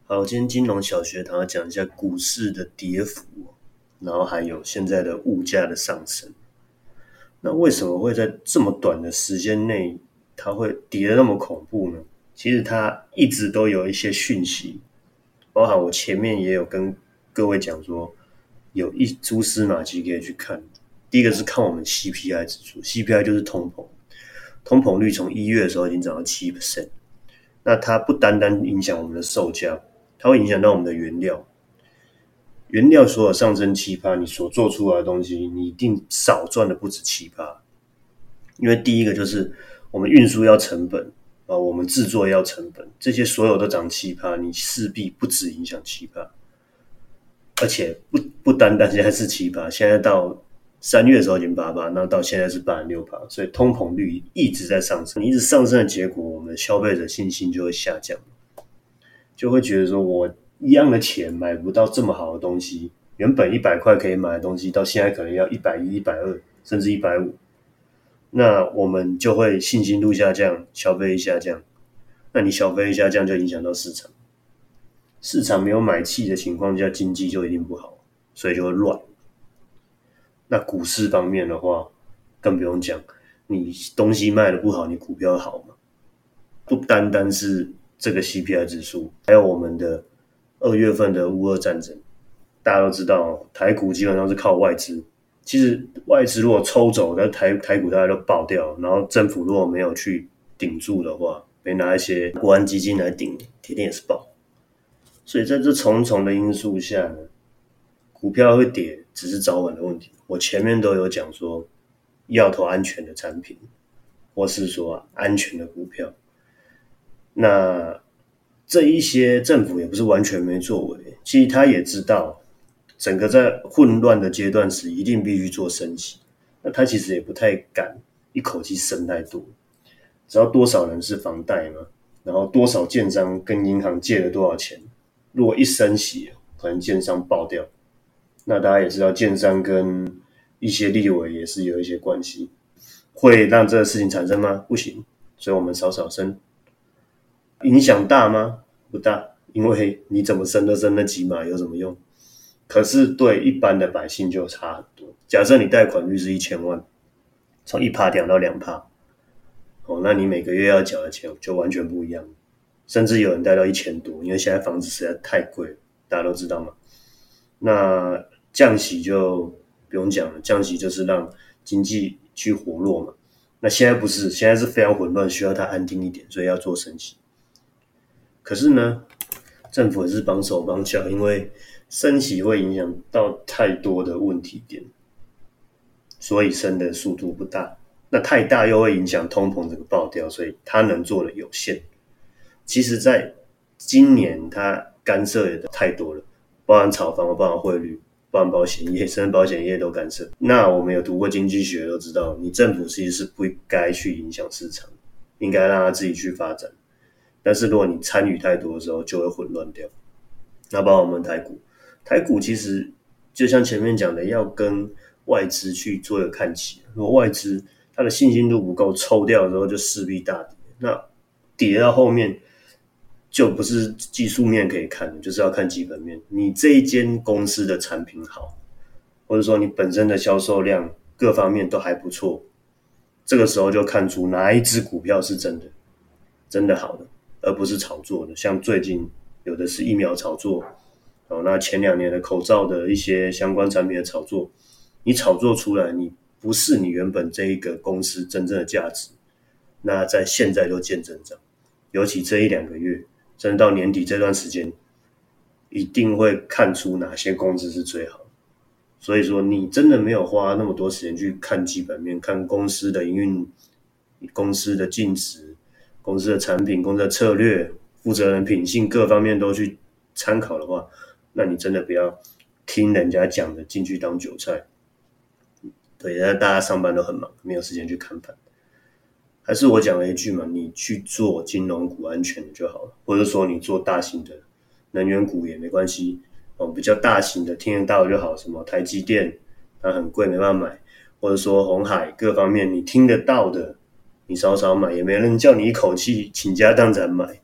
好，今天金融小学堂要讲一下股市的跌幅，然后还有现在的物价的上升。那为什么会在这么短的时间内，它会跌得那么恐怖呢？其实它一直都有一些讯息，包含我前面也有跟各位讲说，有一蛛丝马迹可以去看。第一个是看我们 CPI 指数 ，CPI 就是通膨，通膨率从1月的时候已经涨到 7%。那它不单单影响我们的售价，它会影响到我们的原料。原料所有上升 7%， 你所做出来的东西，你一定少赚的不止 7%。因为第一个就是我们运输要成本，我们制作要成本，这些所有都涨 7%， 你势必不止影响 7%。而且不单单现在是 7%， 现在到3月的时候已经 8%， 那到现在是 86%， 所以通膨率一直在上升，一直上升的结果，我们的消费者信心就会下降，就会觉得说我一样的钱买不到这么好的东西，原本100块可以买的东西，到现在可能要110、120，甚至150，那我们就会信心度下降，消费力下降。那你消费力下降就影响到市场，市场没有买气的情况下，经济就一定不好，所以就会乱。那股市方面的话，更不用讲，你东西卖的不好，你股票好吗？不单单是这个 CPI 指数，还有我们的2月份的乌俄战争，大家都知道，台股基本上是靠外资。其实外资如果抽走，那台股大概都爆掉，然后政府如果没有去顶住的话，没拿一些国安基金来顶，铁定也是爆。所以在这重重的因素下呢，股票会跌，只是早晚的问题。我前面都有讲说，要投安全的产品，或是说安全的股票。那这一些政府也不是完全没作为，其实他也知道，整个在混乱的阶段时，一定必须做升息。那他其实也不太敢一口气升太多，知道多少人是房贷嘛，然后多少建商跟银行借了多少钱，如果一升息，可能建商爆掉。那大家也知道，建商跟一些立委也是有一些关系，会让这个事情产生吗？不行，所以我们少升。影响大吗？不大，因为你怎么升都升那几码有什么用？可是对一般的百姓就差很多。假设你贷款率是1000万，从 1% 降到 2%，那你每个月要缴的钱就完全不一样，甚至有人贷到1000多，因为现在房子实在太贵了，大家都知道嘛。那降息就不用讲了，降息就是让经济去活络嘛。那现在不是，现在是非常混乱，需要它安定一点，所以要做升息。可是呢，政府也是绑手绑脚，因为升息会影响到太多的问题点，所以升的速度不大。那太大又会影响通膨这个爆掉，所以它能做的有限。其实在今年它干涉的太多了，包含炒房，包含汇率，包含保险业，甚至保险业都干涉。那我们有读过经济学都知道，你政府其实是不该去影响市场，应该让它自己去发展。但是如果你参与太多的时候，就会混乱掉。那包括我们台股其实就像前面讲的，要跟外资去做一个看齐。如果外资它的信心度不够，抽掉的时候就势必大跌。那跌到后面就不是技术面可以看的，就是要看基本面。你这一间公司的产品好，或者说你本身的销售量各方面都还不错，这个时候就看出哪一支股票是真的好的，而不是炒作的。像最近有的是疫苗炒作，那前2年的口罩的一些相关产品的炒作，你炒作出来，你不是你原本这一个公司真正的价值，那在现在就见真章。尤其这1-2个月，甚至到年底这段时间，一定会看出哪些公司是最好的。所以说，你真的没有花那么多时间去看基本面，看公司的营运、公司的净值、公司的产品、公司的策略、负责人品性各方面都去参考的话，那你真的不要听人家讲的进去当韭菜。对，大家上班都很忙，没有时间去看盘。还是我讲了一句嘛，你去做金融股安全的就好了，或者说你做大型的能源股也没关系，比较大型的听得到就好，什么台积电它很贵没办法买，或者说鸿海各方面你听得到的，你少少买，也没人叫你一口气倾家荡产买，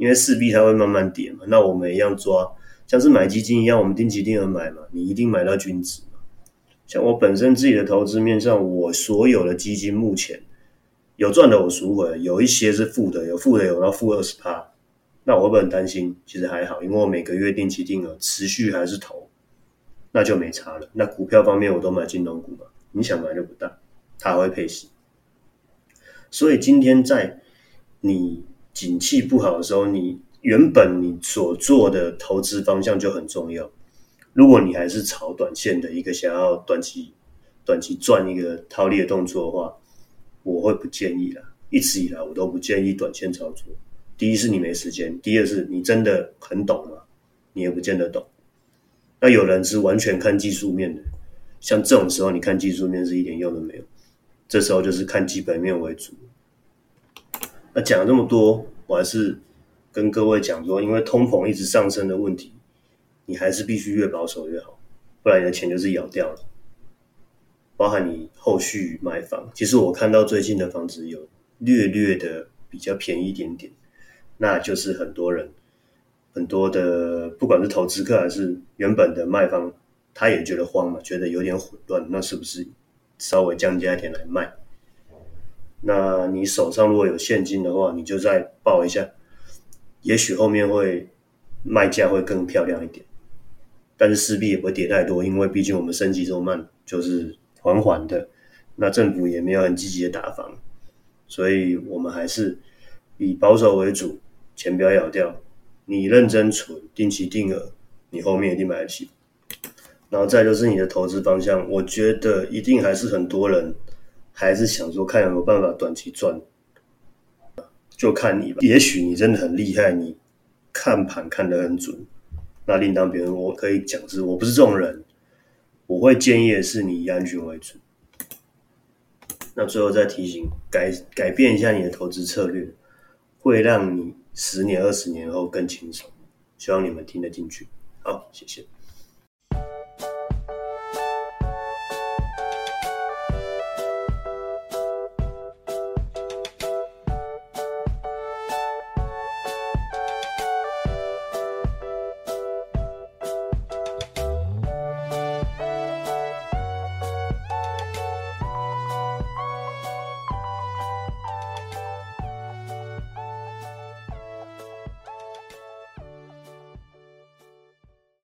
因为势必它会慢慢跌嘛。那我们一样抓，像是买基金一样，我们定期定额买嘛，你一定买到均值嘛。像我本身自己的投资面上，我所有的基金目前有赚的我赎回，有一些是负的，有到负20%。那我会不会很担心？其实还好，因为我每个月定期定额持续还是投，那就没差了。那股票方面我都买金融股嘛，影响买就不大，它还会配息。所以今天在你景气不好的时候，你原本你所做的投资方向就很重要。如果你还是炒短线的一个想要短期赚一个套利的动作的话，我会不建议啦。一直以来我都不建议短线操作。第一是你没时间，第二是你真的很懂吗？你也不见得懂。那有人是完全看技术面的，像这种时候你看技术面是一点用都没有，这时候就是看基本面为主。那讲了这么多，我还是跟各位讲说，因为通膨一直上升的问题，你还是必须越保守越好，不然你的钱就是咬掉了。包含你后续买房，其实我看到最近的房子有略的比较便宜一点点，那就是很多的不管是投资客还是原本的卖方，他也觉得慌嘛，觉得有点混乱，那是不是稍微降价一点来卖？那你手上如果有现金的话，你就再抱一下，也许后面卖价会更漂亮一点，但是势必也不会跌太多，因为毕竟我们升级这么慢，就是缓缓的，那政府也没有很积极的打房，所以我们还是以保守为主，钱不要咬掉，你认真存，定期定额，你后面一定买得起。然后再就是你的投资方向，我觉得一定还是很多人还是想说看有没有办法短期赚，就看你吧。也许你真的很厉害，你看盘看得很准，那另当别论。我可以讲是我不是这种人，我会建议的是你以安全为主。那最后再提醒，改变一下你的投资策略，会让你10年、20年后更轻松。希望你们听得进去。好，谢谢。